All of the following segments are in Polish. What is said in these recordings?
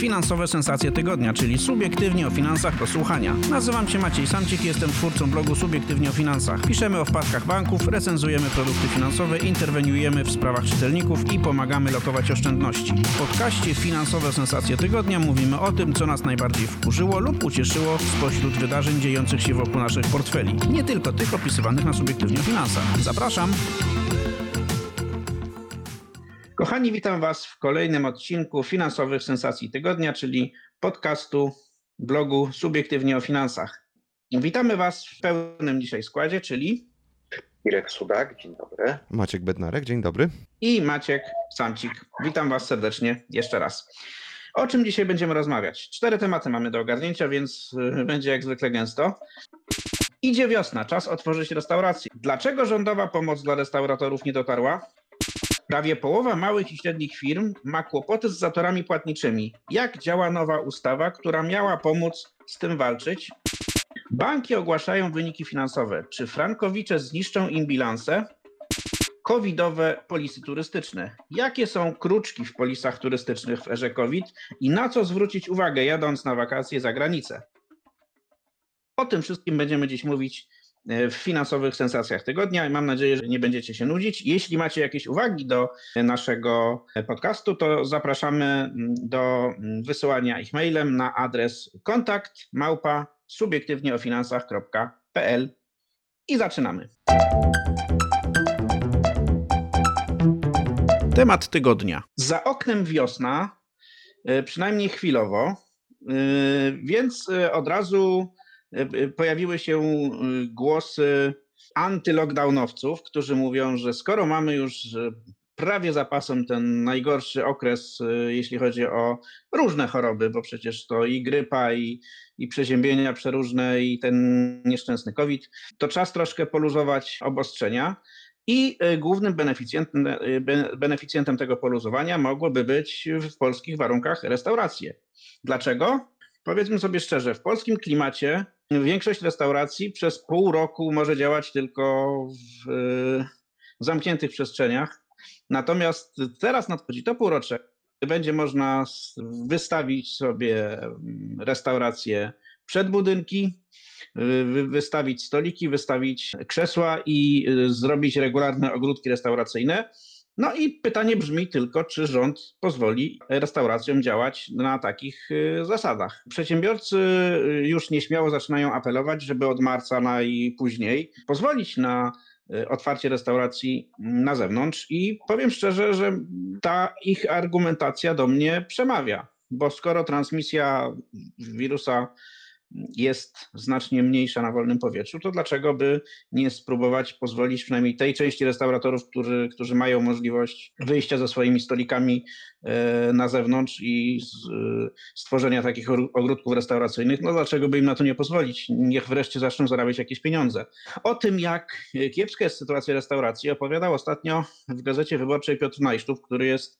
Finansowe sensacje tygodnia, czyli subiektywnie o finansach do słuchania. Nazywam się Maciej Samcik i jestem twórcą blogu Subiektywnie o finansach. Piszemy o wpadkach banków, recenzujemy produkty finansowe, interweniujemy w sprawach czytelników i pomagamy lokować oszczędności. W podcaście Finansowe sensacje tygodnia mówimy o tym, co nas najbardziej wkurzyło lub ucieszyło spośród wydarzeń dziejących się wokół naszych portfeli. Nie tylko tych opisywanych na Subiektywnie o finansach. Zapraszam! Kochani, witam Was w kolejnym odcinku Finansowych sensacji tygodnia, czyli podcastu blogu Subiektywnie o finansach. Witamy Was w pełnym dzisiaj składzie, czyli Irek Sudak, dzień dobry. Maciek Bednarek, dzień dobry. I Maciek Samcik. Witam Was serdecznie jeszcze raz. O czym dzisiaj będziemy rozmawiać? 4 tematy mamy do ogarnięcia, więc będzie jak zwykle gęsto. Idzie wiosna, czas otworzyć restauracje. Dlaczego rządowa pomoc dla restauratorów nie dotarła? Prawie połowa małych i średnich firm ma kłopoty z zatorami płatniczymi. Jak działa nowa ustawa, która miała pomóc z tym walczyć? Banki ogłaszają wyniki finansowe. Czy frankowicze zniszczą im bilanse? Covidowe polisy turystyczne. Jakie są kruczki w polisach turystycznych w erze COVID i na co zwrócić uwagę jadąc na wakacje za granicę? O tym wszystkim będziemy dziś mówić w finansowych sensacjach tygodnia i mam nadzieję, że nie będziecie się nudzić. Jeśli macie jakieś uwagi do naszego podcastu, to zapraszamy do wysyłania ich mailem na adres kontakt@subiektywnieofinansach.pl i zaczynamy. Temat tygodnia. Za oknem wiosna, przynajmniej chwilowo, więc od razu pojawiły się głosy antylockdownowców, którzy mówią, że skoro mamy już prawie za pasem ten najgorszy okres, jeśli chodzi o różne choroby, bo przecież to i grypa, i przeziębienia przeróżne, i ten nieszczęsny COVID, to czas troszkę poluzować obostrzenia. I głównym beneficjentem tego poluzowania mogłoby być w polskich warunkach restauracje. Dlaczego? Powiedzmy sobie szczerze, w polskim klimacie większość restauracji przez pół roku może działać tylko w zamkniętych przestrzeniach. Natomiast teraz nadchodzi to półrocze, gdy będzie można wystawić sobie restaurację przed budynki, wystawić stoliki, wystawić krzesła i zrobić regularne ogródki restauracyjne. No i pytanie brzmi tylko, czy rząd pozwoli restauracjom działać na takich zasadach. Przedsiębiorcy już nieśmiało zaczynają apelować, żeby od marca najpóźniej pozwolić na otwarcie restauracji na zewnątrz i powiem szczerze, że ta ich argumentacja do mnie przemawia, bo skoro transmisja wirusa jest znacznie mniejsza na wolnym powietrzu, to dlaczego by nie spróbować pozwolić przynajmniej tej części restauratorów, którzy mają możliwość wyjścia ze swoimi stolikami na zewnątrz i stworzenia takich ogródków restauracyjnych, no dlaczego by im na to nie pozwolić? Niech wreszcie zaczną zarabiać jakieś pieniądze. O tym, jak kiepska jest sytuacja restauracji, opowiadał ostatnio w Gazecie Wyborczej Piotr Najsztub, który jest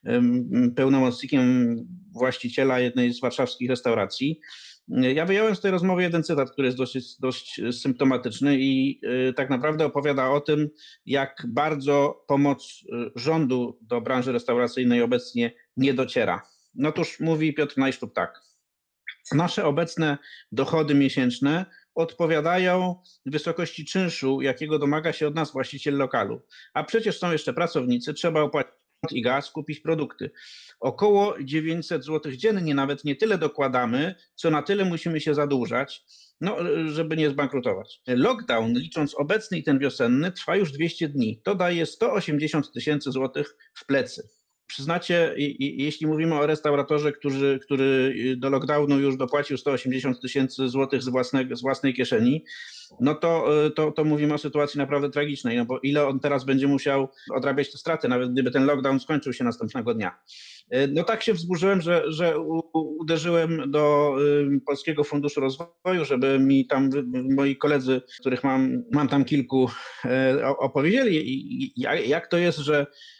pełnomocnikiem właściciela jednej z warszawskich restauracji. Ja wyjąłem z tej rozmowy jeden cytat, który jest dość symptomatyczny i tak naprawdę opowiada o tym, jak bardzo pomoc rządu do branży restauracyjnej obecnie nie dociera. Otóż mówi Piotr Najsztub tak. Nasze obecne dochody miesięczne odpowiadają wysokości czynszu, jakiego domaga się od nas właściciel lokalu. A przecież są jeszcze pracownicy, trzeba opłacić i gaz, kupić produkty. Około 900 zł dziennie, nawet nie tyle dokładamy, co na tyle musimy się zadłużać, żeby nie zbankrutować. Lockdown, licząc obecny i ten wiosenny, trwa już 200 dni. To daje 180 000 złotych w plecy. Przyznacie, jeśli mówimy o restauratorze, który do lockdownu już dopłacił 180 000 złotych z własnej kieszeni, no to mówimy o sytuacji naprawdę tragicznej, no bo ile on teraz będzie musiał odrabiać te straty, nawet gdyby ten lockdown skończył się następnego dnia. No tak się wzburzyłem, że uderzyłem do Polskiego Funduszu Rozwoju, żeby mi tam moi koledzy, których mam tam kilku, opowiedzieli, jak to jest,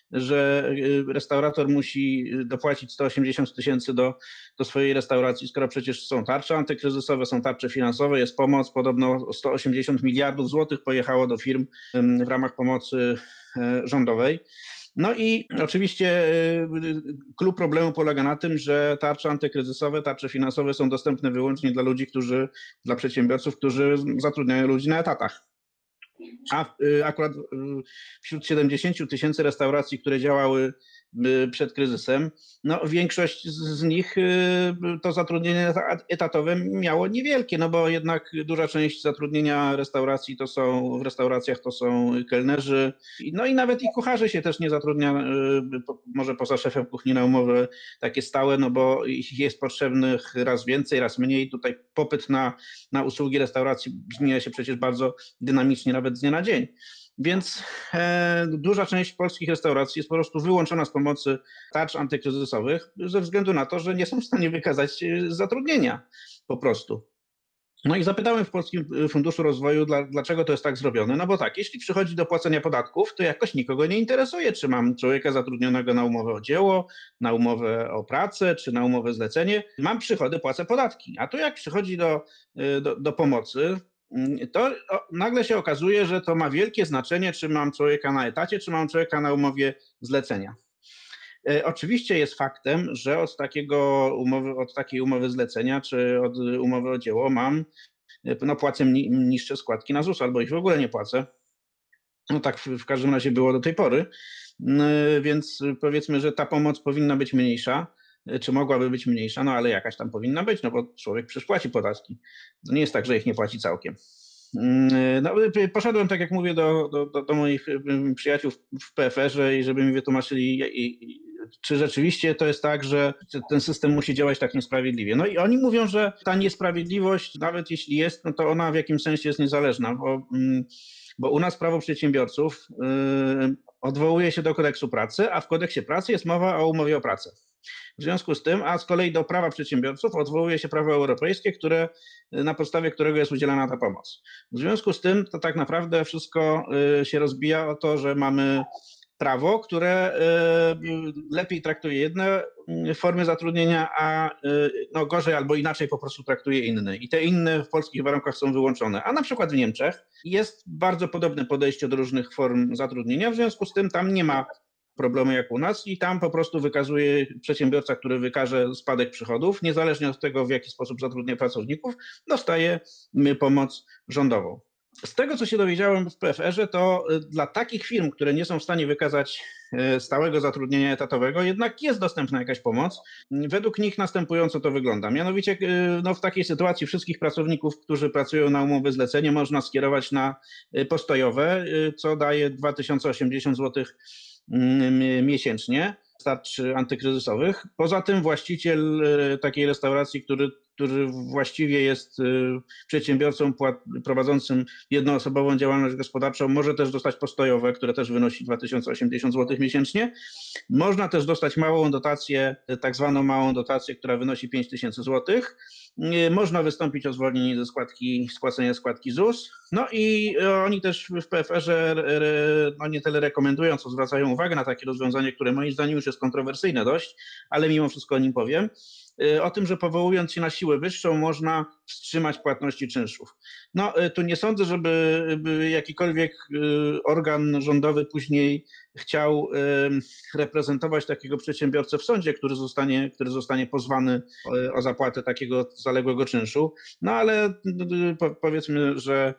że restaurator musi dopłacić 180 000 do swojej restauracji, skoro przecież są tarcze antykryzysowe, są tarcze finansowe, jest pomoc, podobno 180 miliardów złotych pojechało do firm w ramach pomocy rządowej. No i oczywiście klucz problemu polega na tym, że tarcze antykryzysowe, tarcze finansowe są dostępne wyłącznie dla ludzi, dla przedsiębiorców, którzy zatrudniają ludzi na etatach. A akurat wśród 70 000 restauracji, które działały przed kryzysem, no większość z nich to zatrudnienie etatowe miało niewielkie, no bo jednak duża część zatrudnienia restauracji w restauracjach to są kelnerzy, no i nawet i kucharzy się też nie zatrudnia, może poza szefem kuchni na umowy takie stałe, no bo ich jest potrzebnych raz więcej, raz mniej. Tutaj popyt na usługi restauracji zmienia się przecież bardzo dynamicznie, nawet z dnia na dzień. Więc duża część polskich restauracji jest po prostu wyłączona z pomocy tarcz antykryzysowych ze względu na to, że nie są w stanie wykazać zatrudnienia po prostu. No i zapytałem w Polskim Funduszu Rozwoju, dlaczego to jest tak zrobione. No bo tak, jeśli przychodzi do płacenia podatków, to jakoś nikogo nie interesuje, czy mam człowieka zatrudnionego na umowę o dzieło, na umowę o pracę, czy na umowę zlecenie. Mam przychody, płacę podatki. A tu jak przychodzi do pomocy, to nagle się okazuje, że to ma wielkie znaczenie, czy mam człowieka na etacie, czy mam człowieka na umowie zlecenia. Oczywiście jest faktem, że od takiej umowy zlecenia, czy od umowy o dzieło płacę niższe składki na ZUS, albo ich w ogóle nie płacę. No tak w każdym razie było do tej pory, więc powiedzmy, że ta pomoc powinna być mniejsza, czy mogłaby być mniejsza, no ale jakaś tam powinna być, no bo człowiek przecież płaci podatki. To nie jest tak, że ich nie płaci całkiem. No, poszedłem, tak jak mówię, do moich przyjaciół w PFR-ze i żeby mi wytłumaczyli, czy rzeczywiście to jest tak, że ten system musi działać tak niesprawiedliwie. No i oni mówią, że ta niesprawiedliwość, nawet jeśli jest, no to ona w jakimś sensie jest niezależna, bo u nas prawo przedsiębiorców odwołuje się do kodeksu pracy, a w kodeksie pracy jest mowa o umowie o pracę. W związku z tym, a z kolei do prawa przedsiębiorców odwołuje się prawo europejskie, na podstawie którego jest udzielana ta pomoc. W związku z tym to tak naprawdę wszystko się rozbija o to, że mamy prawo, które lepiej traktuje jedne formy zatrudnienia, a gorzej albo inaczej po prostu traktuje inne. I te inne w polskich warunkach są wyłączone. A na przykład w Niemczech jest bardzo podobne podejście do różnych form zatrudnienia, w związku z tym tam nie ma problemu jak u nas i tam po prostu przedsiębiorca, który wykaże spadek przychodów, niezależnie od tego, w jaki sposób zatrudnia pracowników, dostaje pomoc rządową. Z tego, co się dowiedziałem w PFR-ze, to dla takich firm, które nie są w stanie wykazać stałego zatrudnienia etatowego, jednak jest dostępna jakaś pomoc. Według nich następująco to wygląda. Mianowicie w takiej sytuacji wszystkich pracowników, którzy pracują na umowy zlecenie, można skierować na postojowe, co daje 2080 zł miesięcznie tarcz antykryzysowych. Poza tym właściciel takiej restauracji, który właściwie jest przedsiębiorcą prowadzącym jednoosobową działalność gospodarczą, może też dostać postojowe, które też wynosi 2080 zł miesięcznie. Można też dostać małą dotację, tak zwaną małą dotację, która wynosi 5000 zł. Można wystąpić o zwolnienie ze spłacenia składki ZUS. No i oni też w PFR-ze nie tyle rekomendują, co zwracają uwagę na takie rozwiązanie, które moim zdaniem już jest kontrowersyjne dość, ale mimo wszystko o nim powiem. O tym, że powołując się na siłę wyższą można wstrzymać płatności czynszów. No tu nie sądzę, żeby jakikolwiek organ rządowy później chciał reprezentować takiego przedsiębiorcę w sądzie, który zostanie pozwany o zapłatę takiego zaległego czynszu. No ale powiedzmy, że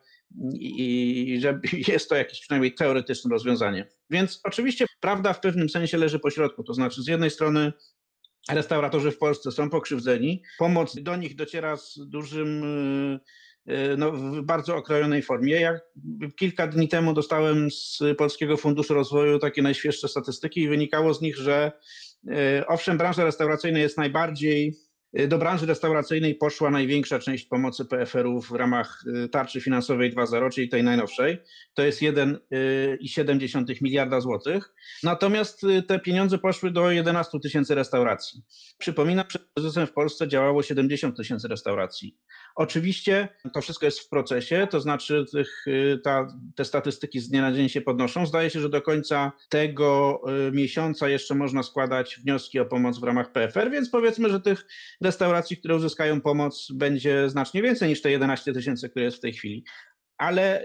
jest to jakieś przynajmniej teoretyczne rozwiązanie. Więc oczywiście prawda w pewnym sensie leży po środku, to znaczy z jednej strony restauratorzy w Polsce są pokrzywdzeni, pomoc do nich dociera z w bardzo okrojonej formie. Ja kilka dni temu dostałem z Polskiego Funduszu Rozwoju takie najświeższe statystyki i wynikało z nich, że owszem, branża restauracyjna jest do branży restauracyjnej poszła największa część pomocy PFR-u w ramach tarczy finansowej 2.0, czyli tej najnowszej. To jest 1,7 miliarda złotych. Natomiast te pieniądze poszły do 11 000 restauracji. Przypominam, że przed kryzysem w Polsce działało 70 000 restauracji. Oczywiście to wszystko jest w procesie, to znaczy te statystyki z dnia na dzień się podnoszą. Zdaje się, że do końca tego miesiąca jeszcze można składać wnioski o pomoc w ramach PFR, więc powiedzmy, że tych restauracji, które uzyskają pomoc, będzie znacznie więcej niż te 11 000, które jest w tej chwili. ale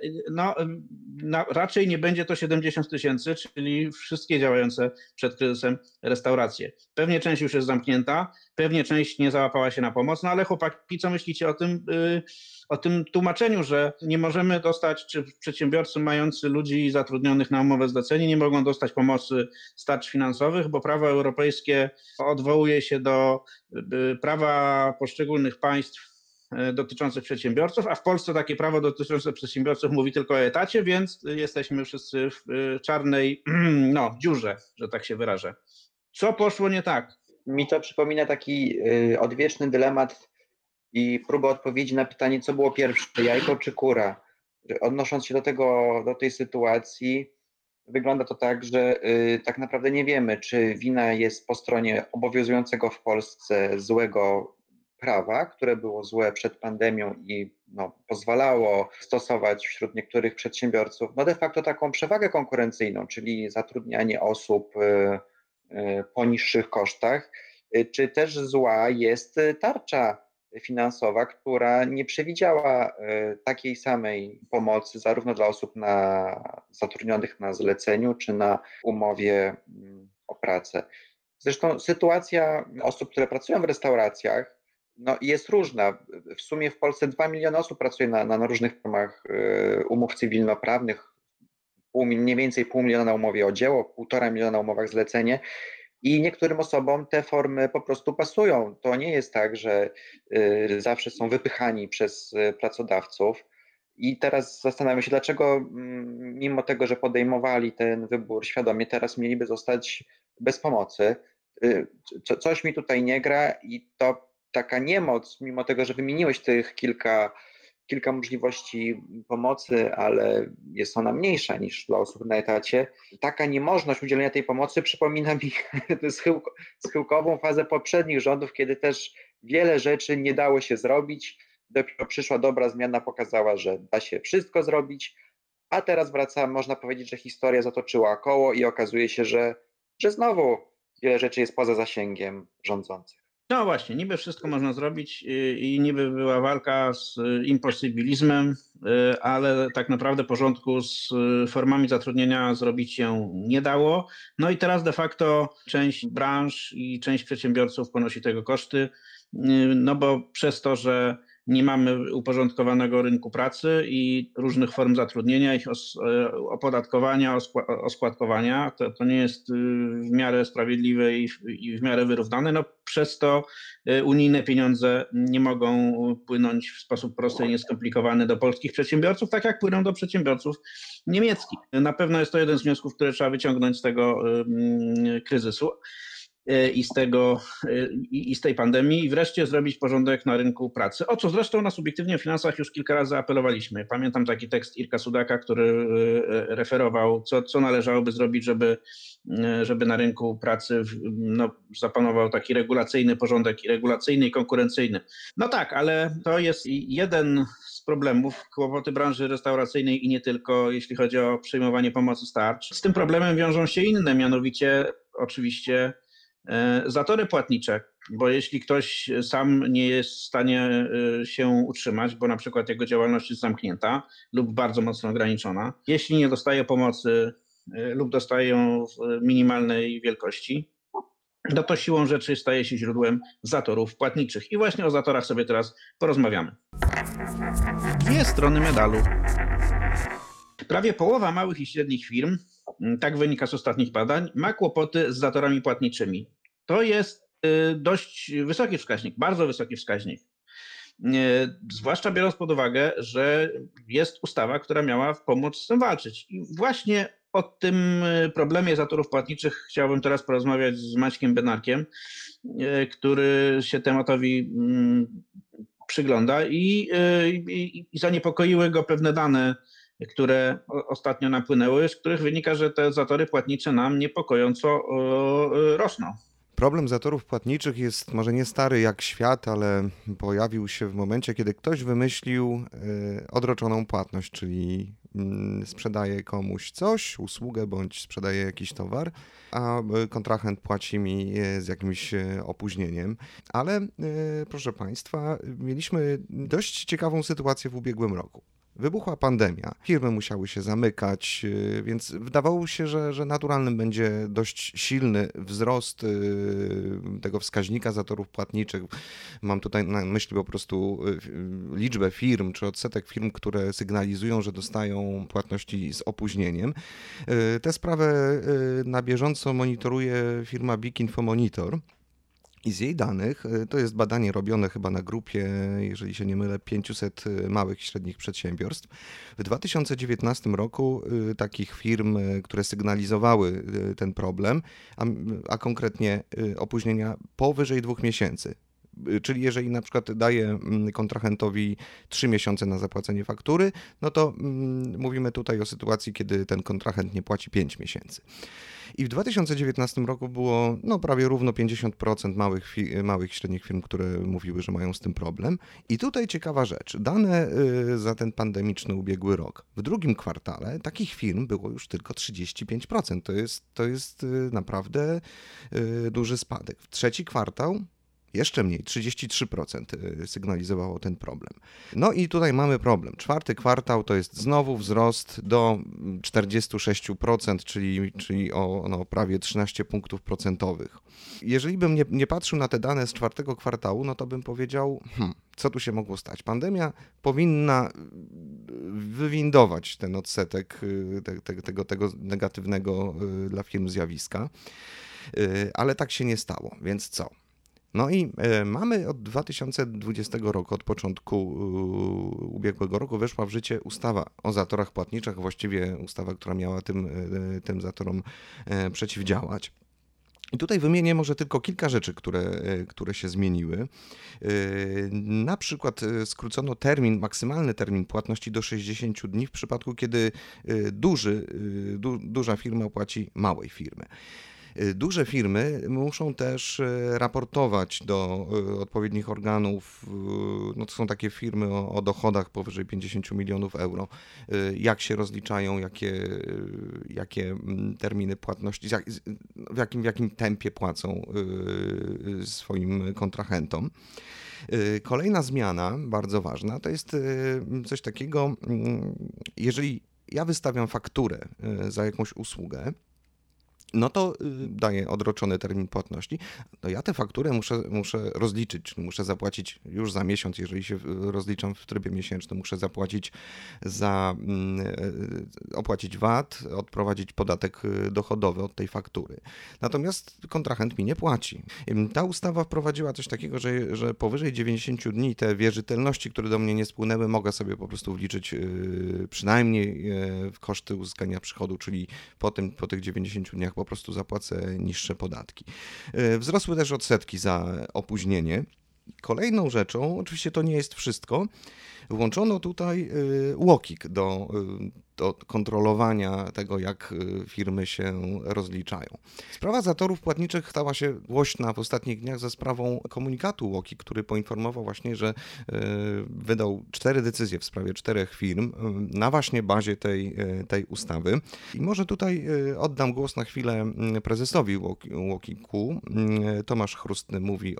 raczej nie będzie to 70 000, czyli wszystkie działające przed kryzysem restauracje. Pewnie część już jest zamknięta, pewnie część nie załapała się na pomoc, ale chłopaki, co myślicie o tym tłumaczeniu, że nie możemy dostać, czy przedsiębiorcy mający ludzi zatrudnionych na umowę zlecenie nie mogą dostać pomocy z tarcz finansowych, bo prawo europejskie odwołuje się do prawa poszczególnych państw dotyczących przedsiębiorców, a w Polsce takie prawo dotyczące przedsiębiorców mówi tylko o etacie, więc jesteśmy wszyscy w czarnej dziurze, że tak się wyrażę. Co poszło nie tak? Mi to przypomina taki odwieczny dylemat i próbę odpowiedzi na pytanie, co było pierwsze, jajko czy kura. Odnosząc się do tej sytuacji, wygląda to tak, że tak naprawdę nie wiemy, czy wina jest po stronie obowiązującego w Polsce złego prawa, które było złe przed pandemią i pozwalało stosować wśród niektórych przedsiębiorców de facto taką przewagę konkurencyjną, czyli zatrudnianie osób po niższych kosztach, czy też zła jest tarcza finansowa, która nie przewidziała takiej samej pomocy zarówno dla osób zatrudnionych na zleceniu czy na umowie o pracę. Zresztą sytuacja osób, które pracują w restauracjach, jest różna. W sumie w Polsce 2 miliony osób pracuje na różnych formach umów cywilnoprawnych, mniej więcej 0,5 miliona na umowie o dzieło, 1,5 miliona na umowach zlecenie. I niektórym osobom te formy po prostu pasują. To nie jest tak, że zawsze są wypychani przez pracodawców. I teraz zastanawiam się, dlaczego mimo tego, że podejmowali ten wybór świadomie, teraz mieliby zostać bez pomocy. Coś mi tutaj nie gra i to taka niemoc, mimo tego, że wymieniłeś tych kilka możliwości pomocy, ale jest ona mniejsza niż dla osób na etacie. Taka niemożność udzielenia tej pomocy przypomina mi schyłkową fazę poprzednich rządów, kiedy też wiele rzeczy nie dało się zrobić. Dopiero przyszła dobra zmiana, pokazała, że da się wszystko zrobić, a teraz można powiedzieć, że historia zatoczyła koło i okazuje się, że znowu wiele rzeczy jest poza zasięgiem rządzących. No właśnie, niby wszystko można zrobić i niby była walka z imposybilizmem, ale tak naprawdę porządku z formami zatrudnienia zrobić się nie dało. No i teraz de facto część branż i część przedsiębiorców ponosi tego koszty, bo przez to, że nie mamy uporządkowanego rynku pracy i różnych form zatrudnienia, ich opodatkowania, oskładkowania, to nie jest w miarę sprawiedliwe i w miarę wyrównane. Przez to unijne pieniądze nie mogą płynąć w sposób prosty i nieskomplikowany do polskich przedsiębiorców, tak jak płyną do przedsiębiorców niemieckich. Na pewno jest to jeden z wniosków, które trzeba wyciągnąć z tego kryzysu i z tej pandemii i wreszcie zrobić porządek na rynku pracy. O co zresztą na Subiektywnie Finansach już kilka razy apelowaliśmy. Pamiętam taki tekst Irka Sudaka, który referował, co należałoby zrobić, żeby na rynku pracy zapanował taki regulacyjny porządek, i regulacyjny i konkurencyjny. No tak, ale to jest jeden z problemów, kłopoty branży restauracyjnej i nie tylko, jeśli chodzi o przyjmowanie pomocy z tarcz. Z tym problemem wiążą się inne, mianowicie oczywiście zatory płatnicze, bo jeśli ktoś sam nie jest w stanie się utrzymać, bo na przykład jego działalność jest zamknięta lub bardzo mocno ograniczona, jeśli nie dostaje pomocy lub dostaje ją w minimalnej wielkości, to siłą rzeczy staje się źródłem zatorów płatniczych. I właśnie o zatorach sobie teraz porozmawiamy. Dwie strony medalu. Prawie połowa małych i średnich firm, tak wynika z ostatnich badań, ma kłopoty z zatorami płatniczymi. To jest dość wysoki wskaźnik, bardzo wysoki wskaźnik. Zwłaszcza biorąc pod uwagę, że jest ustawa, która miała pomóc z tym walczyć. I właśnie o tym problemie zatorów płatniczych chciałbym teraz porozmawiać z Maćkiem Bednarkiem, który się tematowi przygląda i zaniepokoiły go pewne dane, które ostatnio napłynęły, z których wynika, że te zatory płatnicze nam niepokojąco rosną. Problem zatorów płatniczych jest może nie stary jak świat, ale pojawił się w momencie, kiedy ktoś wymyślił odroczoną płatność, czyli sprzedaje komuś coś, usługę bądź sprzedaje jakiś towar, a kontrahent płaci mi z jakimś opóźnieniem. Ale proszę Państwa, mieliśmy dość ciekawą sytuację w ubiegłym roku. Wybuchła pandemia, firmy musiały się zamykać, więc wydawało się, że naturalnym będzie dość silny wzrost tego wskaźnika zatorów płatniczych. Mam tutaj na myśli po prostu liczbę firm czy odsetek firm, które sygnalizują, że dostają płatności z opóźnieniem. Tę sprawę na bieżąco monitoruje firma Big Info Monitor. I z jej danych, to jest badanie robione chyba na grupie, jeżeli się nie mylę, 500 małych i średnich przedsiębiorstw. W 2019 roku takich firm, które sygnalizowały ten problem, a konkretnie opóźnienia powyżej 2 miesięcy. Czyli jeżeli na przykład daje kontrahentowi 3 miesiące na zapłacenie faktury, no to mówimy tutaj o sytuacji, kiedy ten kontrahent nie płaci 5 miesięcy. I w 2019 roku było prawie równo 50% małych i średnich firm, które mówiły, że mają z tym problem. I tutaj ciekawa rzecz. Dane za ten pandemiczny ubiegły rok. W drugim kwartale takich firm było już tylko 35%. To jest naprawdę duży spadek. W trzeci kwartał jeszcze mniej, 33% sygnalizowało ten problem. No i tutaj mamy problem. Czwarty kwartał to jest znowu wzrost do 46%, czyli o prawie 13 punktów procentowych. Jeżeli bym nie patrzył na te dane z czwartego kwartału, no to bym powiedział, co tu się mogło stać? Pandemia powinna wywindować ten odsetek tego negatywnego dla firm zjawiska, ale tak się nie stało, więc co? No i mamy od 2020 roku, od początku ubiegłego roku weszła w życie ustawa o zatorach płatniczych, właściwie ustawa, która miała tym zatorom przeciwdziałać. I tutaj wymienię może tylko kilka rzeczy, które się zmieniły. Na przykład skrócono maksymalny termin płatności do 60 dni w przypadku, kiedy duża firma płaci małej firmy. Duże firmy muszą też raportować do odpowiednich organów, to są takie firmy o dochodach powyżej 50 milionów euro, jak się rozliczają, jakie terminy płatności, w jakim tempie płacą swoim kontrahentom. Kolejna zmiana, bardzo ważna, to jest coś takiego, jeżeli ja wystawiam fakturę za jakąś usługę, no to daję odroczony termin płatności, to ja tę fakturę muszę rozliczyć, czyli muszę zapłacić już za miesiąc, jeżeli się rozliczam w trybie miesięcznym, muszę opłacić VAT, odprowadzić podatek dochodowy od tej faktury. Natomiast kontrahent mi nie płaci. Ta ustawa wprowadziła coś takiego, że powyżej 90 dni te wierzytelności, które do mnie nie spłynęły, mogę sobie po prostu wliczyć przynajmniej w koszty uzyskania przychodu, czyli po tych 90 dniach po prostu zapłacę niższe podatki. Wzrosły też odsetki za opóźnienie. Kolejną rzeczą, oczywiście to nie jest wszystko, włączono tutaj UOKiK do kontrolowania tego, jak firmy się rozliczają. Sprawa zatorów płatniczych stała się głośna w ostatnich dniach za sprawą komunikatu UOKiK, który poinformował właśnie, że wydał 4 decyzje w sprawie 4 firm na właśnie bazie tej ustawy. I może tutaj oddam głos na chwilę prezesowi UOKiK-u. Tomasz Chrustny mówi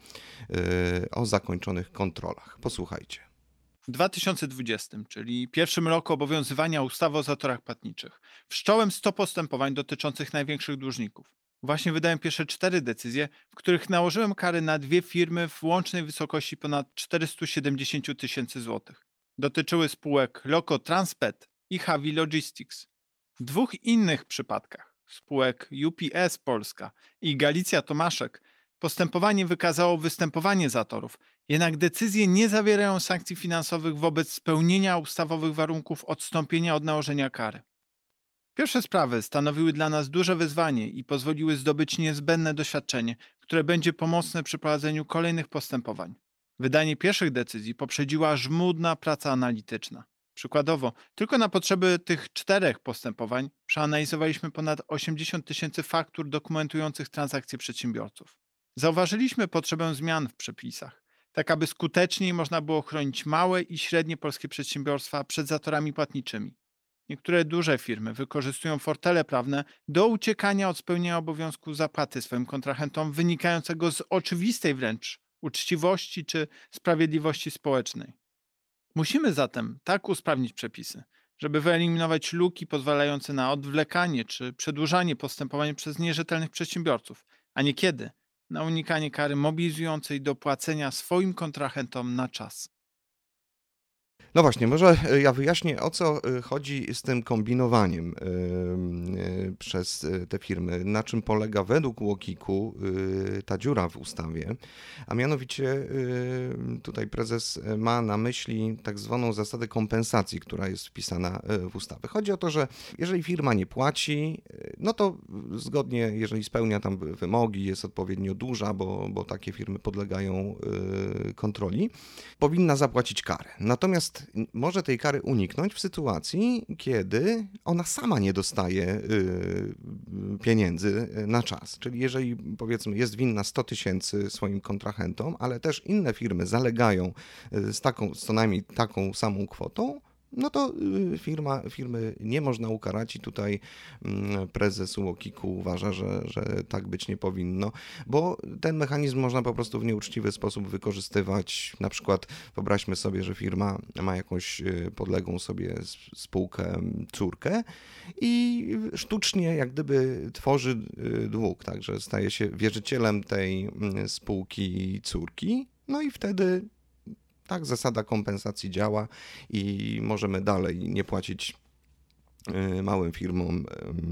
o zakończonych kontrolach. Posłuchajcie. W 2020, czyli pierwszym roku obowiązywania ustawy o zatorach płatniczych, wszcząłem 100 postępowań dotyczących największych dłużników. Właśnie wydałem pierwsze 4 decyzje, w których nałożyłem kary na 2 firmy w łącznej wysokości ponad 470 000 złotych. Dotyczyły spółek Loco Transpet i Havi Logistics. W 2 innych przypadkach, spółek UPS Polska i Galicja Tomaszek, postępowanie wykazało występowanie zatorów, jednak decyzje nie zawierają sankcji finansowych wobec spełnienia ustawowych warunków odstąpienia od nałożenia kary. Pierwsze sprawy stanowiły dla nas duże wyzwanie i pozwoliły zdobyć niezbędne doświadczenie, które będzie pomocne przy prowadzeniu kolejnych postępowań. Wydanie pierwszych decyzji poprzedziła żmudna praca analityczna. Przykładowo, tylko na potrzeby tych 4 postępowań przeanalizowaliśmy ponad 80 000 faktur dokumentujących transakcje przedsiębiorców. Zauważyliśmy potrzebę zmian w przepisach, tak aby skuteczniej można było chronić małe i średnie polskie przedsiębiorstwa przed zatorami płatniczymi. Niektóre duże firmy wykorzystują fortele prawne do uciekania od spełnienia obowiązku zapłaty swoim kontrahentom wynikającego z oczywistej wręcz uczciwości czy sprawiedliwości społecznej. Musimy zatem tak usprawnić przepisy, żeby wyeliminować luki pozwalające na odwlekanie czy przedłużanie postępowania przez nierzetelnych przedsiębiorców, a niekiedy na unikanie kary mobilizującej do płacenia swoim kontrahentom na czas. No właśnie, może ja wyjaśnię, o co chodzi z tym kombinowaniem przez te firmy, na czym polega według UOKiK-u ta dziura w ustawie, a mianowicie tutaj prezes ma na myśli tak zwaną zasadę kompensacji, która jest wpisana w ustawę. Chodzi o to, że jeżeli firma nie płaci, no to zgodnie, jeżeli spełnia tam wymogi, jest odpowiednio duża, bo takie firmy podlegają kontroli, powinna zapłacić karę. Natomiast może tej kary uniknąć w sytuacji, kiedy ona sama nie dostaje pieniędzy na czas. Czyli jeżeli, powiedzmy, jest winna 100 000 swoim kontrahentom, ale też inne firmy zalegają z co najmniej taką samą kwotą, no to firmy nie można ukarać i tutaj prezes UOKiK-u uważa, że tak być nie powinno, bo ten mechanizm można po prostu w nieuczciwy sposób wykorzystywać. Na przykład wyobraźmy sobie, że firma ma jakąś podległą sobie spółkę córkę i sztucznie jak gdyby tworzy dług, także staje się wierzycielem tej spółki córki, no i wtedy tak zasada kompensacji działa i możemy dalej nie płacić małym firmom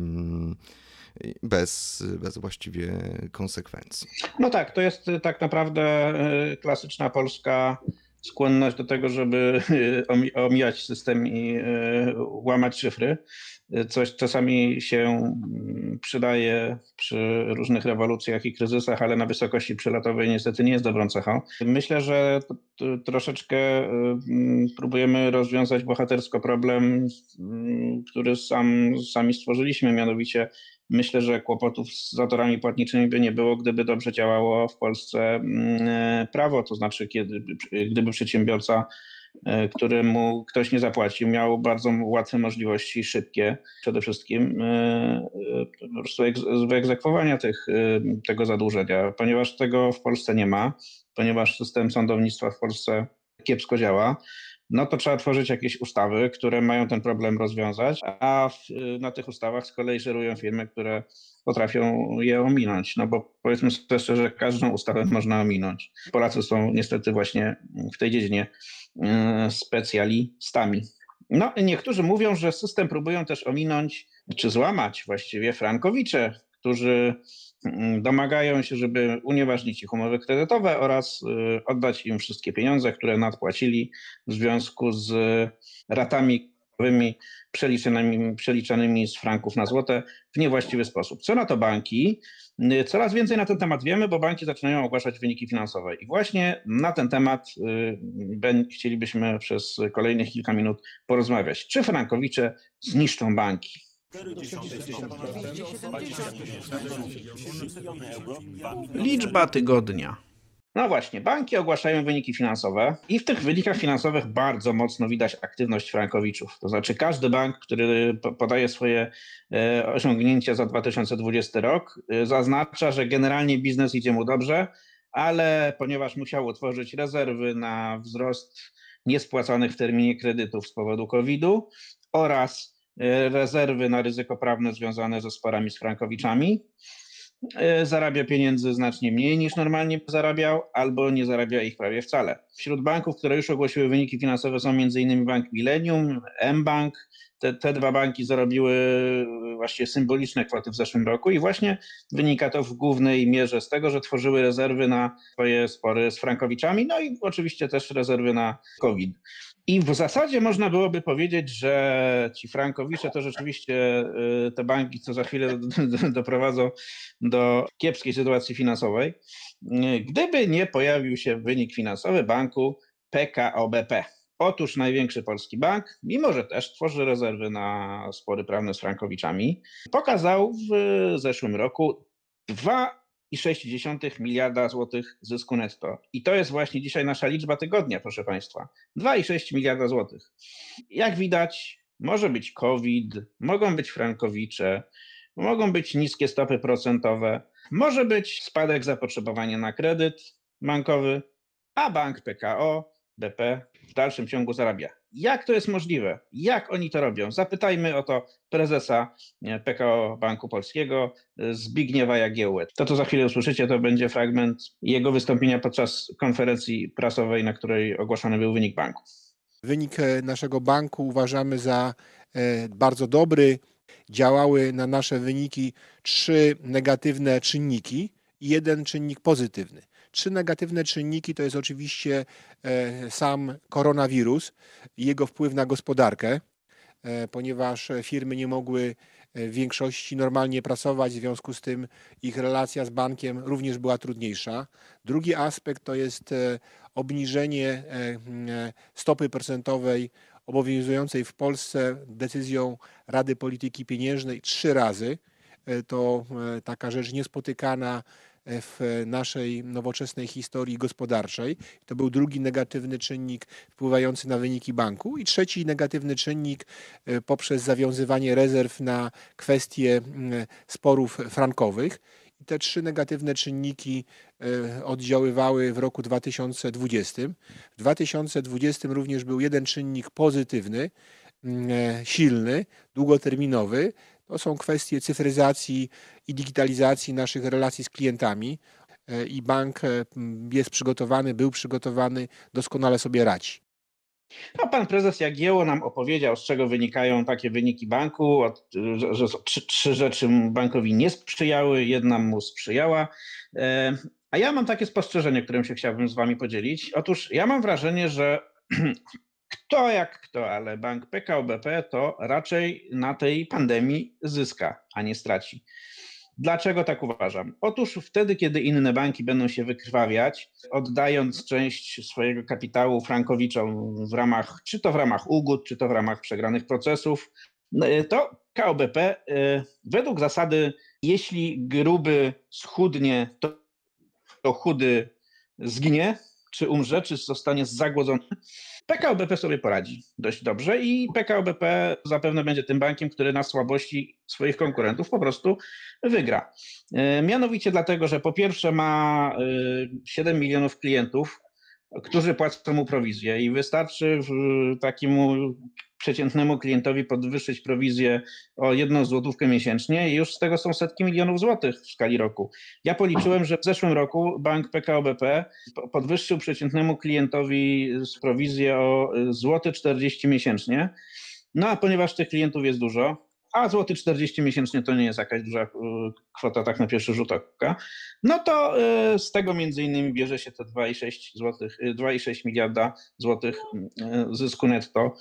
bez właściwie konsekwencji. No tak, to jest tak naprawdę klasyczna polska skłonność do tego, żeby omijać system i łamać szyfry. Coś czasami się przydaje przy różnych rewolucjach i kryzysach, ale na wysokości przelotowej niestety nie jest dobrą cechą. Myślę, że troszeczkę próbujemy rozwiązać bohatersko problem, który sami stworzyliśmy, mianowicie myślę, że kłopotów z zatorami płatniczymi by nie było, gdyby dobrze działało w Polsce prawo, to znaczy gdyby przedsiębiorca, któremu ktoś nie zapłacił, miał bardzo łatwe możliwości, szybkie przede wszystkim po prostu wyegzekwowania tego zadłużenia. Ponieważ tego w Polsce nie ma, ponieważ system sądownictwa w Polsce kiepsko działa, no to trzeba tworzyć jakieś ustawy, które mają ten problem rozwiązać, a na tych ustawach z kolei żerują firmy, które potrafią je ominąć. No bo powiedzmy sobie szczerze, że każdą ustawę można ominąć. Polacy są niestety właśnie w tej dziedzinie specjalistami. No i niektórzy mówią, że system próbują też ominąć, czy złamać właściwie frankowicze, którzy domagają się, żeby unieważnić ich umowy kredytowe oraz oddać im wszystkie pieniądze, które nadpłacili w związku z ratami przeliczanymi z franków na złote w niewłaściwy sposób. Co na to banki? Coraz więcej na ten temat wiemy, bo banki zaczynają ogłaszać wyniki finansowe. I właśnie na ten temat chcielibyśmy przez kolejnych kilka minut porozmawiać. Czy frankowicze zniszczą banki? Liczba tygodnia. No właśnie, banki ogłaszają wyniki finansowe i w tych wynikach finansowych bardzo mocno widać aktywność frankowiczów. To znaczy każdy bank, który podaje swoje osiągnięcia za 2020 rok, zaznacza, że generalnie biznes idzie mu dobrze, ale ponieważ musiał utworzyć rezerwy na wzrost niespłacanych w terminie kredytów z powodu COVID-u oraz rezerwy na ryzyko prawne związane ze sporami z frankowiczami, zarabia pieniędzy znacznie mniej niż normalnie zarabiał, albo nie zarabia ich prawie wcale. Wśród banków, które już ogłosiły wyniki finansowe, są m.in. Bank Millennium, mBank. Te dwa banki zarobiły właściwie symboliczne kwoty w zeszłym roku i właśnie wynika to w głównej mierze z tego, że tworzyły rezerwy na swoje spory z frankowiczami, no i oczywiście też rezerwy na COVID. I w zasadzie można byłoby powiedzieć, że ci frankowicze to rzeczywiście te banki, co za chwilę doprowadzą do kiepskiej sytuacji finansowej, gdyby nie pojawił się wynik finansowy banku PKO BP. Otóż największy polski bank, mimo że też tworzy rezerwy na spory prawne z frankowiczami, pokazał w zeszłym roku 2,6 miliarda złotych zysku netto. I to jest właśnie dzisiaj nasza liczba tygodnia, proszę Państwa. 2,6 miliarda złotych. Jak widać, może być COVID, mogą być frankowicze, mogą być niskie stopy procentowe, może być spadek zapotrzebowania na kredyt bankowy, a bank PKO BP w dalszym ciągu zarabia. Jak to jest możliwe? Jak oni to robią? Zapytajmy o to prezesa PKO Banku Polskiego, Zbigniewa Jagiełłę. To, co za chwilę usłyszycie, to będzie fragment jego wystąpienia podczas konferencji prasowej, na której ogłoszony był wynik banku. Wynik naszego banku uważamy za bardzo dobry. Działały na nasze wyniki 3 negatywne czynniki i 1 czynnik pozytywny. 3 negatywne czynniki to jest oczywiście sam koronawirus i jego wpływ na gospodarkę, ponieważ firmy nie mogły w większości normalnie pracować, w związku z tym ich relacja z bankiem również była trudniejsza. Drugi aspekt to jest obniżenie stopy procentowej obowiązującej w Polsce decyzją Rady Polityki Pieniężnej 3 razy. To taka rzecz niespotykana w naszej nowoczesnej historii gospodarczej. To był drugi negatywny czynnik wpływający na wyniki banku i trzeci negatywny czynnik poprzez zawiązywanie rezerw na kwestie sporów frankowych. I te 3 negatywne czynniki oddziaływały w roku 2020. W 2020 również był 1 czynnik pozytywny, silny, długoterminowy. To są kwestie cyfryzacji i digitalizacji naszych relacji z klientami i bank jest przygotowany, był przygotowany, doskonale sobie radzi. No, pan prezes Jagiełło nam opowiedział, z czego wynikają takie wyniki banku, że 3 rzeczy bankowi nie sprzyjały, 1 mu sprzyjała. A ja mam takie spostrzeżenie, którym się chciałbym z wami podzielić. Otóż ja mam wrażenie, że kto jak kto, ale bank PKO BP to raczej na tej pandemii zyska, a nie straci. Dlaczego tak uważam? Otóż wtedy, kiedy inne banki będą się wykrwawiać, oddając część swojego kapitału frankowiczom czy to w ramach ugód, czy to w ramach przegranych procesów, to KO BP według zasady, jeśli gruby schudnie, to chudy zginie, czy umrze, czy zostanie zagłodzony. PKO BP sobie poradzi dość dobrze i PKO BP zapewne będzie tym bankiem, który na słabości swoich konkurentów po prostu wygra. Mianowicie dlatego, że po pierwsze ma 7 milionów klientów, którzy płacą mu prowizję i wystarczy takiemu przeciętnemu klientowi podwyższyć prowizję o 1 złotówkę miesięcznie i już z tego są setki milionów złotych w skali roku. Ja policzyłem, że w zeszłym roku bank PKO BP podwyższył przeciętnemu klientowi prowizję o 1,40 zł miesięcznie. No a ponieważ tych klientów jest dużo, a 1,40 zł miesięcznie to nie jest jakaś duża kwota tak na pierwszy rzut oka, no to z tego między innymi bierze się te 2,6 miliarda złotych zysku netto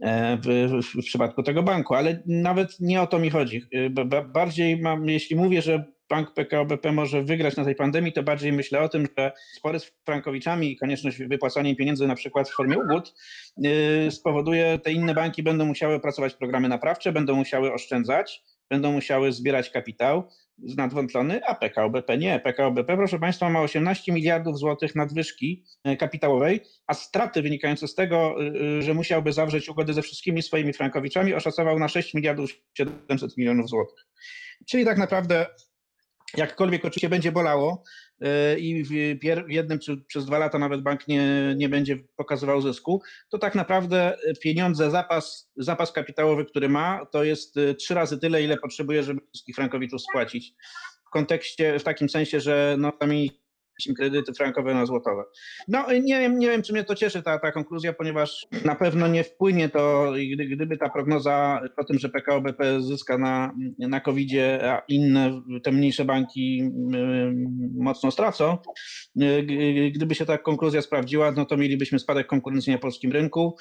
w przypadku tego banku, ale nawet nie o to mi chodzi. Bardziej jeśli mówię, że bank PKO BP może wygrać na tej pandemii, to bardziej myślę o tym, że spory z frankowiczami i konieczność wypłacania im pieniędzy na przykład w formie ugód spowoduje, te inne banki będą musiały pracować programy naprawcze, będą musiały oszczędzać, będą musiały zbierać kapitał nadwątlony, a PKO BP nie. PKO BP, proszę Państwa, ma 18 miliardów złotych nadwyżki kapitałowej, a straty wynikające z tego, że musiałby zawrzeć ugody ze wszystkimi swoimi frankowiczami, oszacował na 6 miliardów 700 milionów złotych. Czyli tak naprawdę jakkolwiek oczywiście będzie bolało i w jednym czy przez 2 lata nawet bank nie będzie pokazywał zysku, to tak naprawdę pieniądze, zapas kapitałowy, który ma, to jest 3 razy tyle, ile potrzebuje, żeby wszystkich frankowiczów spłacić. W takim sensie, że zamienić kredyty frankowe na złotowe. No nie wiem, czy mnie to cieszy ta konkluzja, ponieważ na pewno nie wpłynie to, gdyby ta prognoza o tym, że PKO BP zyska na COVID-zie, a inne, te mniejsze banki mocno stracą. Gdyby się ta konkluzja sprawdziła, no to mielibyśmy spadek konkurencji na polskim rynku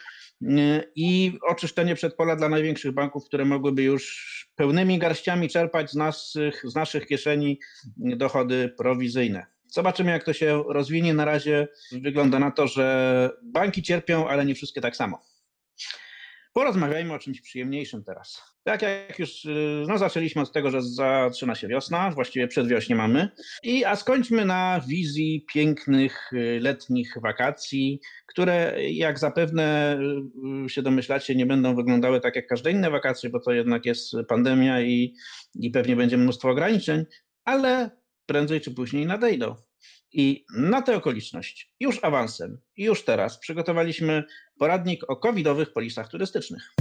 i oczyszczenie przedpola dla największych banków, które mogłyby już pełnymi garściami czerpać z naszych kieszeni dochody prowizyjne. Zobaczymy, jak to się rozwinie. Na razie wygląda na to, że banki cierpią, ale nie wszystkie tak samo. Porozmawiajmy o czymś przyjemniejszym teraz. Tak jak już zaczęliśmy od tego, że zaczyna się wiosna, właściwie przedwiośnie mamy, a skończmy na wizji pięknych letnich wakacji, które jak zapewne się domyślacie, nie będą wyglądały tak jak każde inne wakacje, bo to jednak jest pandemia i pewnie będzie mnóstwo ograniczeń, ale prędzej czy później nadejdą. I na tę okoliczność już awansem i już teraz przygotowaliśmy poradnik o covidowych polisach turystycznych.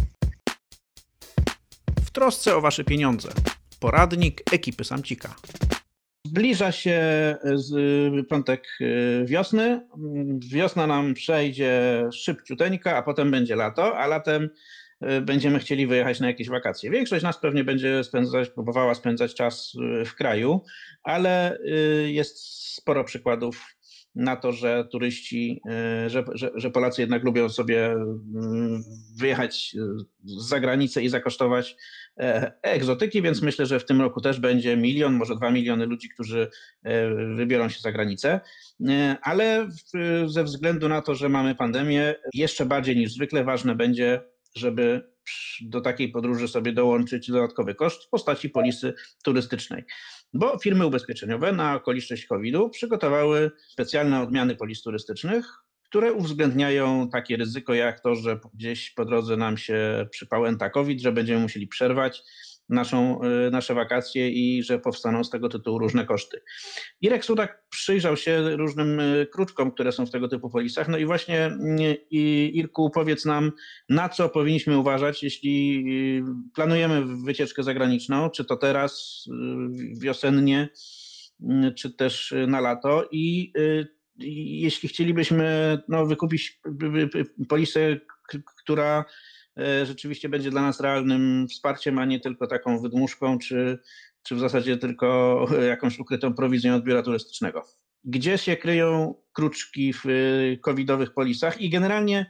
W trosce o wasze pieniądze. Poradnik ekipy Samcika. Zbliża się początek wiosny. Wiosna nam przejdzie szybciuteńka, a potem będzie lato, a latem będziemy chcieli wyjechać na jakieś wakacje. Większość nas pewnie będzie próbowała spędzać czas w kraju, ale jest sporo przykładów na to, że turyści, że Polacy jednak lubią sobie wyjechać za granicę i zakosztować egzotyki, więc myślę, że w tym roku też będzie 1 milion, może 2 miliony ludzi, którzy wybiorą się za granicę, ale ze względu na to, że mamy pandemię, jeszcze bardziej niż zwykle ważne będzie, żeby do takiej podróży sobie dołączyć dodatkowy koszt w postaci polisy turystycznej. Bo firmy ubezpieczeniowe na okoliczność COVID-u przygotowały specjalne odmiany polis turystycznych, które uwzględniają takie ryzyko jak to, że gdzieś po drodze nam się przypałęta COVID, że będziemy musieli przerwać nasze wakacje i że powstaną z tego tytułu różne koszty. Irek Sudak przyjrzał się różnym kruczkom, które są w tego typu polisach. No i właśnie, Irku, powiedz nam, na co powinniśmy uważać, jeśli planujemy wycieczkę zagraniczną, czy to teraz, wiosennie, czy też na lato i jeśli chcielibyśmy wykupić polisę, która rzeczywiście będzie dla nas realnym wsparciem, a nie tylko taką wydmuszką, czy w zasadzie tylko jakąś ukrytą prowizją od biura turystycznego. Gdzie się kryją kruczki w covidowych polisach i generalnie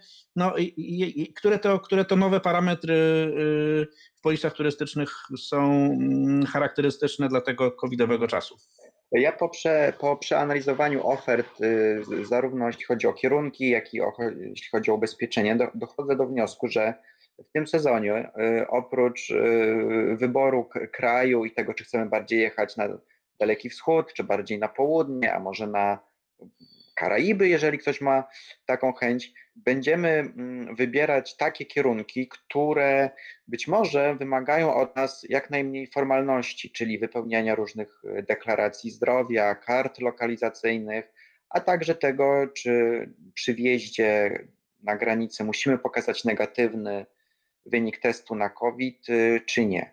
które to nowe parametry w polisach turystycznych są charakterystyczne dla tego covidowego czasu? Ja po przeanalizowaniu ofert, zarówno jeśli chodzi o kierunki, jak i jeśli chodzi o ubezpieczenie, dochodzę do wniosku, że w tym sezonie oprócz wyboru kraju i tego, czy chcemy bardziej jechać na Daleki Wschód, czy bardziej na południe, a może na Karaiby, jeżeli ktoś ma taką chęć, będziemy wybierać takie kierunki, które być może wymagają od nas jak najmniej formalności, czyli wypełniania różnych deklaracji zdrowia, kart lokalizacyjnych, a także tego, czy przy wjeździe na granicę musimy pokazać negatywny wynik testu na COVID, czy nie.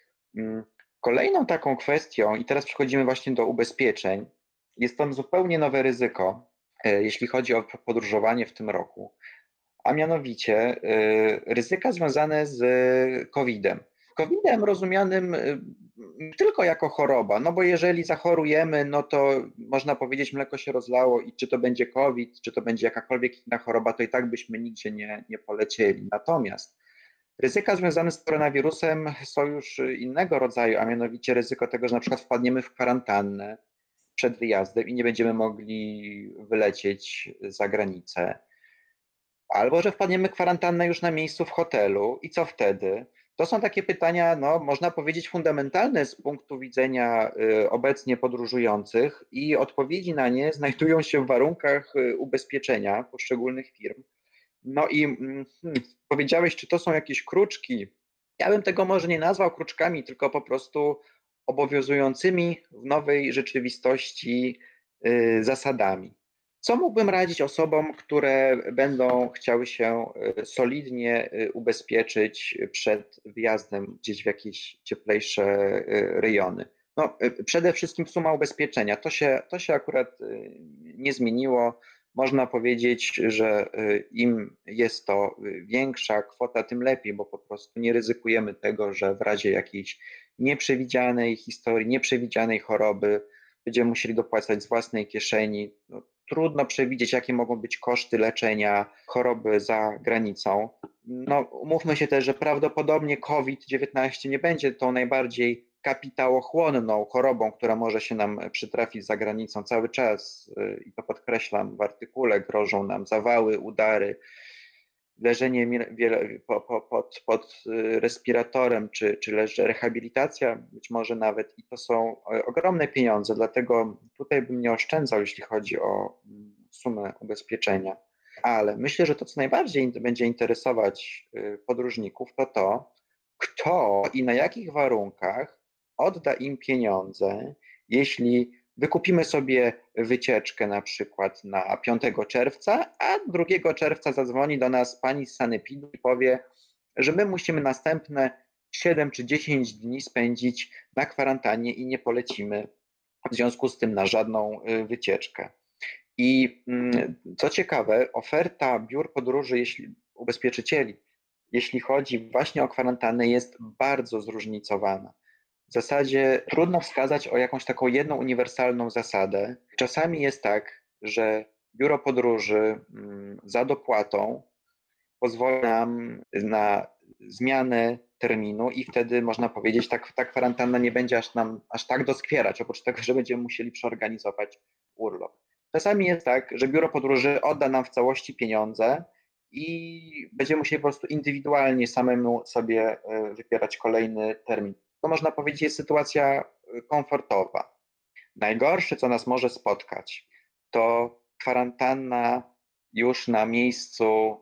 Kolejną taką kwestią, i teraz przechodzimy właśnie do ubezpieczeń, jest to zupełnie nowe ryzyko, jeśli chodzi o podróżowanie w tym roku, a mianowicie ryzyka związane z COVID-em. COVID-em rozumianym nie tylko jako choroba, no bo jeżeli zachorujemy, no to można powiedzieć, mleko się rozlało i czy to będzie COVID, czy to będzie jakakolwiek inna choroba, to i tak byśmy nigdzie nie polecieli. Natomiast ryzyka związane z koronawirusem są już innego rodzaju, a mianowicie ryzyko tego, że na przykład wpadniemy w kwarantannę przed wyjazdem i nie będziemy mogli wylecieć za granicę. Albo że wpadniemy w kwarantannę już na miejscu w hotelu i co wtedy? To są takie pytania, można powiedzieć, fundamentalne z punktu widzenia obecnie podróżujących i odpowiedzi na nie znajdują się w warunkach ubezpieczenia poszczególnych firm. No i powiedziałeś, czy to są jakieś kruczki? Ja bym tego może nie nazwał kruczkami, tylko po prostu obowiązującymi w nowej rzeczywistości zasadami. Co mógłbym radzić osobom, które będą chciały się solidnie ubezpieczyć przed wyjazdem gdzieś w jakieś cieplejsze rejony? Przede wszystkim suma ubezpieczenia. To się akurat nie zmieniło. Można powiedzieć, że im jest to większa kwota, tym lepiej, bo po prostu nie ryzykujemy tego, że w razie jakiejś nieprzewidzianej historii, nieprzewidzianej choroby będziemy musieli dopłacać z własnej kieszeni. Trudno przewidzieć, jakie mogą być koszty leczenia choroby za granicą. Umówmy się też, że prawdopodobnie COVID-19 nie będzie tą najbardziej kapitałochłonną chorobą, która może się nam przytrafić za granicą cały czas. I to podkreślam w artykule, grożą nam zawały, udary, leżenie pod respiratorem, czy rehabilitacja być może nawet, i to są ogromne pieniądze, dlatego tutaj bym nie oszczędzał, jeśli chodzi o sumę ubezpieczenia. Ale myślę, że to, co najbardziej będzie interesować podróżników, to kto i na jakich warunkach odda im pieniądze, jeśli Wykupimy sobie wycieczkę na przykład na 5 czerwca, a 2 czerwca zadzwoni do nas pani z sanepidu i powie, że my musimy następne 7 czy 10 dni spędzić na kwarantannie i nie polecimy w związku z tym na żadną wycieczkę. I co ciekawe, oferta biur podróży, ubezpieczycieli, jeśli chodzi właśnie o kwarantannę, jest bardzo zróżnicowana. W zasadzie trudno wskazać o jakąś taką jedną uniwersalną zasadę. Czasami jest tak, że biuro podróży za dopłatą pozwoli nam na zmianę terminu i wtedy można powiedzieć, ta kwarantanna nie będzie aż tak doskwierać, oprócz tego, że będziemy musieli przeorganizować urlop. Czasami jest tak, że biuro podróży odda nam w całości pieniądze i będziemy musieli po prostu indywidualnie samemu sobie wybierać kolejny termin. To można powiedzieć jest sytuacja komfortowa. Najgorsze, co nas może spotkać, to kwarantanna już na miejscu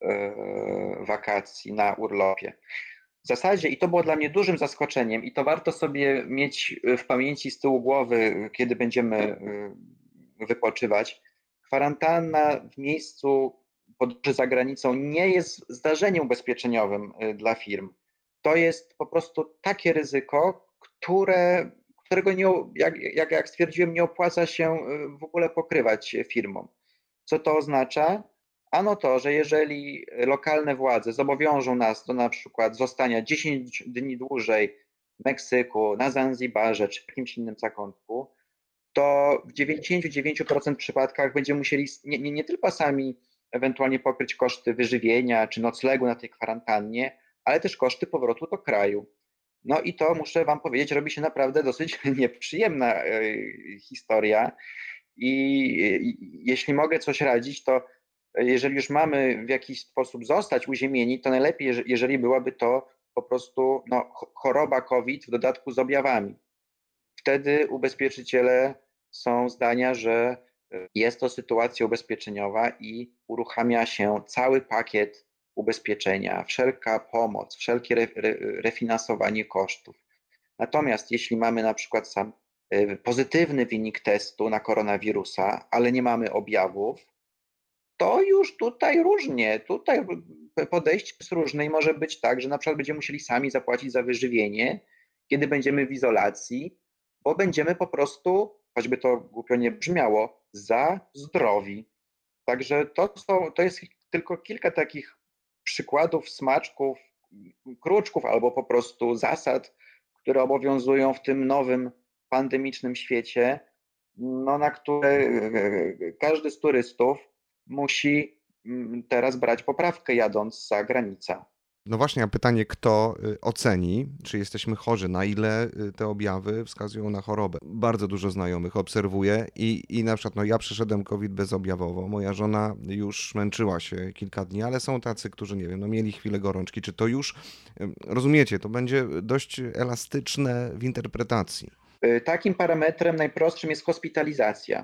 wakacji, na urlopie. W zasadzie, i to było dla mnie dużym zaskoczeniem, i to warto sobie mieć w pamięci z tyłu głowy, kiedy będziemy wypoczywać, kwarantanna w miejscu podróży za granicą nie jest zdarzeniem ubezpieczeniowym dla firm. To jest po prostu takie ryzyko, którego jak stwierdziłem, nie opłaca się w ogóle pokrywać firmom. Co to oznacza? Ano to, że jeżeli lokalne władze zobowiążą nas do na przykład zostania 10 dni dłużej w Meksyku, na Zanzibarze czy w jakimś innym zakątku, to w 99% przypadkach będziemy musieli nie tylko sami ewentualnie pokryć koszty wyżywienia czy noclegu na tej kwarantannie, ale też koszty powrotu do kraju. No i to, muszę wam powiedzieć, robi się naprawdę dosyć nieprzyjemna historia i jeśli mogę coś radzić, to jeżeli już mamy w jakiś sposób zostać uziemieni, to najlepiej, jeżeli byłaby to po prostu choroba COVID w dodatku z objawami. Wtedy ubezpieczyciele są zdania, że jest to sytuacja ubezpieczeniowa i uruchamia się cały pakiet ubezpieczenia, wszelka pomoc, wszelkie refinansowanie kosztów. Natomiast jeśli mamy na przykład sam pozytywny wynik testu na koronawirusa, ale nie mamy objawów, to już tutaj różnie, tutaj podejście jest różne i może być tak, że na przykład będziemy musieli sami zapłacić za wyżywienie, kiedy będziemy w izolacji, bo będziemy po prostu, choćby to głupio nie brzmiało, za zdrowi. Także to jest tylko kilka takich przykładów, smaczków, kruczków albo po prostu zasad, które obowiązują w tym nowym pandemicznym świecie, na które każdy z turystów musi teraz brać poprawkę jadąc za granicę. No właśnie, a pytanie, kto oceni, czy jesteśmy chorzy, na ile te objawy wskazują na chorobę. Bardzo dużo znajomych obserwuję i na przykład ja przeszedłem COVID bezobjawowo, moja żona już męczyła się kilka dni, ale są tacy, którzy nie wiem, mieli chwilę gorączki. Czy to już, rozumiecie, to będzie dość elastyczne w interpretacji? Takim parametrem najprostszym jest hospitalizacja.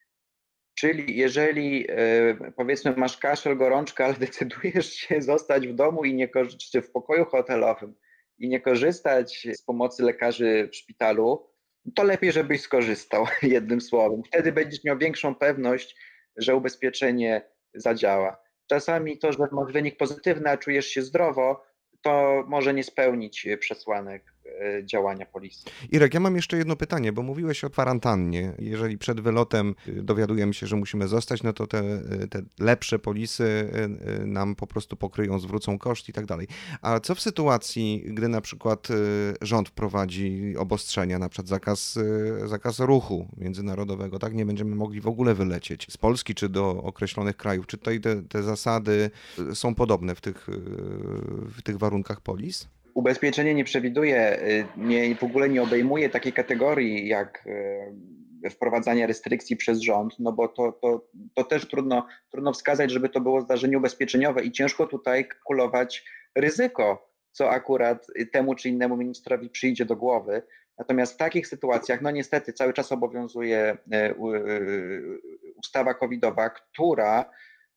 Czyli jeżeli powiedzmy masz kaszel, gorączkę, ale decydujesz się zostać w domu czy w pokoju hotelowym i nie korzystać z pomocy lekarzy w szpitalu, to lepiej, żebyś skorzystał, jednym słowem. Wtedy będziesz miał większą pewność, że ubezpieczenie zadziała. Czasami to, że masz wynik pozytywny, a czujesz się zdrowo, to może nie spełnić przesłanek działania policji. Irek, ja mam jeszcze jedno pytanie, bo mówiłeś o kwarantannie. Jeżeli przed wylotem dowiadujemy się, że musimy zostać, no to te lepsze polisy nam po prostu pokryją, zwrócą koszt i tak dalej. A co w sytuacji, gdy na przykład rząd wprowadzi obostrzenia, na przykład zakaz ruchu międzynarodowego, tak? Nie będziemy mogli w ogóle wylecieć z Polski czy do określonych krajów. Czy tutaj te zasady są podobne w tych warunkach polis? Ubezpieczenie nie przewiduje, w ogóle nie obejmuje takiej kategorii jak wprowadzanie restrykcji przez rząd, no bo to też trudno wskazać, żeby to było zdarzenie ubezpieczeniowe i ciężko tutaj kalkulować ryzyko, co akurat temu czy innemu ministrowi przyjdzie do głowy. Natomiast w takich sytuacjach, niestety cały czas obowiązuje ustawa covidowa, która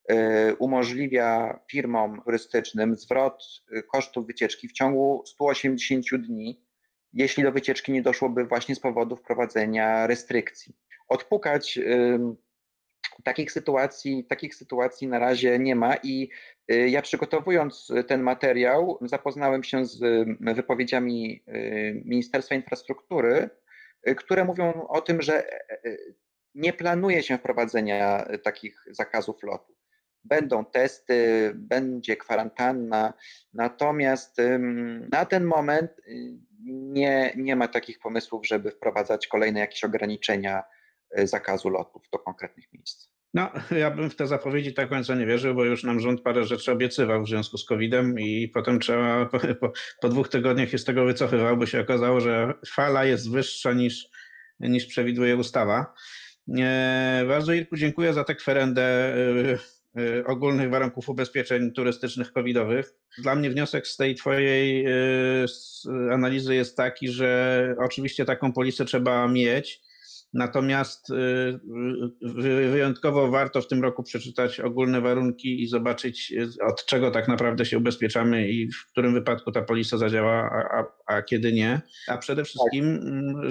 umożliwia firmom turystycznym zwrot kosztów wycieczki w ciągu 180 dni, jeśli do wycieczki nie doszłoby właśnie z powodu wprowadzenia restrykcji. odpukać. Takich sytuacji na razie nie ma i ja przygotowując ten materiał zapoznałem się z wypowiedziami Ministerstwa Infrastruktury, które mówią o tym, że nie planuje się wprowadzenia takich zakazów lotu. Będą testy, będzie kwarantanna, natomiast na ten moment nie ma takich pomysłów, żeby wprowadzać kolejne jakieś ograniczenia zakazu lotów do konkretnych miejsc. No, ja bym w te zapowiedzi tak końca nie wierzył, bo już nam rząd parę rzeczy obiecywał w związku z COVID-em i potem trzeba po 2 tygodniach się z tego wycofywał, bo się okazało, że fala jest wyższa niż przewiduje ustawa. Bardzo, Irku, dziękuję za tę kwerendę ogólnych warunków ubezpieczeń turystycznych covidowych. Dla mnie wniosek z tej twojej analizy jest taki, że oczywiście taką polisę trzeba mieć, natomiast wyjątkowo warto w tym roku przeczytać ogólne warunki i zobaczyć, od czego tak naprawdę się ubezpieczamy i w którym wypadku ta polisa zadziała, a kiedy nie. A przede wszystkim,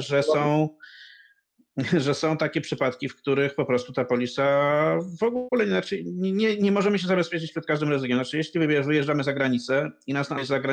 że są takie przypadki, w których po prostu ta polisa w ogóle nie możemy się zabezpieczyć przed każdym ryzykiem. Znaczy, jeśli wyjeżdżamy za granicę i nas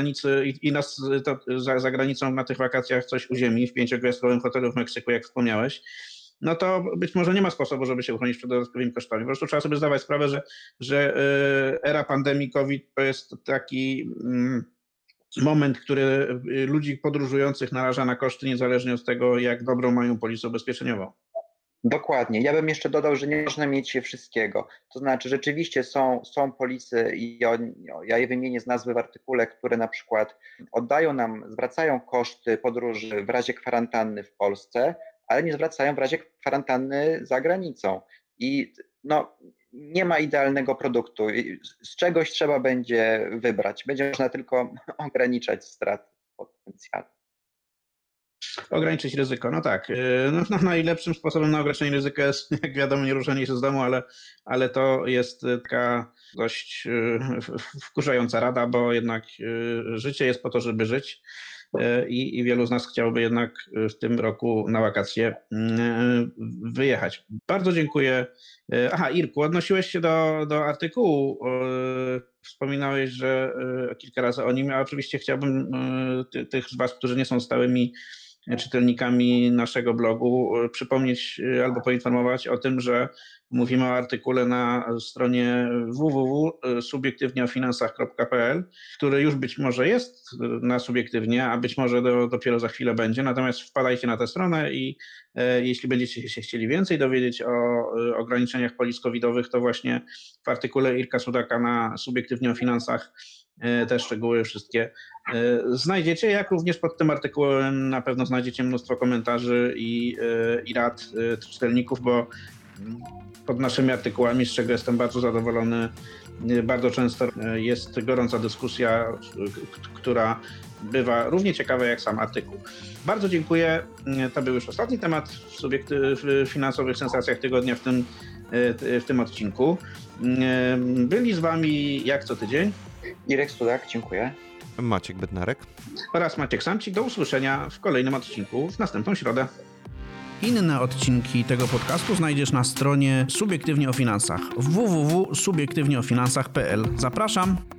za granicą na tych wakacjach coś uziemi w 5-gwiazdkowym hotelu w Meksyku, jak wspomniałeś, no to być może nie ma sposobu, żeby się uchronić przed dodatkowymi kosztami. Po prostu trzeba sobie zdawać sprawę, że era pandemii COVID to jest taki moment, który ludzi podróżujących naraża na koszty niezależnie od tego, jak dobrą mają polisę ubezpieczeniową. Dokładnie. Ja bym jeszcze dodał, że nie można mieć wszystkiego. To znaczy rzeczywiście są polisy i ja je wymienię z nazwy w artykule, które na przykład zwracają koszty podróży w razie kwarantanny w Polsce, ale nie zwracają w razie kwarantanny za granicą. I nie ma idealnego produktu. Z czegoś trzeba będzie wybrać. Będzie można tylko ograniczać straty potencjalne. Ograniczyć ryzyko, no tak. No, najlepszym sposobem na ograniczenie ryzyka jest, jak wiadomo, nie ruszanie się z domu, ale to jest taka dość wkurzająca rada, bo jednak życie jest po to, żeby żyć i wielu z nas chciałoby jednak w tym roku na wakacje wyjechać. Bardzo dziękuję. Aha, Irku, odnosiłeś się do artykułu. Wspominałeś, że kilka razy o nim, a oczywiście chciałbym tych z was, którzy nie są stałymi czytelnikami naszego blogu, przypomnieć albo poinformować o tym, że mówimy o artykule na stronie www.subiektywnieofinansach.pl, który już być może jest na Subiektywnie, a być może dopiero za chwilę będzie. Natomiast wpadajcie na tę stronę i jeśli będziecie się chcieli więcej dowiedzieć o ograniczeniach polis covidowych, to właśnie w artykule Irka Sudaka na Subiektywnie o Finansach te szczegóły wszystkie znajdziecie, jak również pod tym artykułem na pewno znajdziecie mnóstwo komentarzy i rad czytelników, bo pod naszymi artykułami, z czego jestem bardzo zadowolony, bardzo często jest gorąca dyskusja, która bywa równie ciekawa jak sam artykuł. Bardzo dziękuję. To był już ostatni temat w finansowych sensacjach tygodnia w tym odcinku. Byli z wami jak co tydzień Irek Sudak, dziękuję. Maciek Bednarek oraz Maciek Samcik. Do usłyszenia w kolejnym odcinku w następną środę. Inne odcinki tego podcastu znajdziesz na stronie Subiektywnie o Finansach www.subiektywnieofinansach.pl. Zapraszam!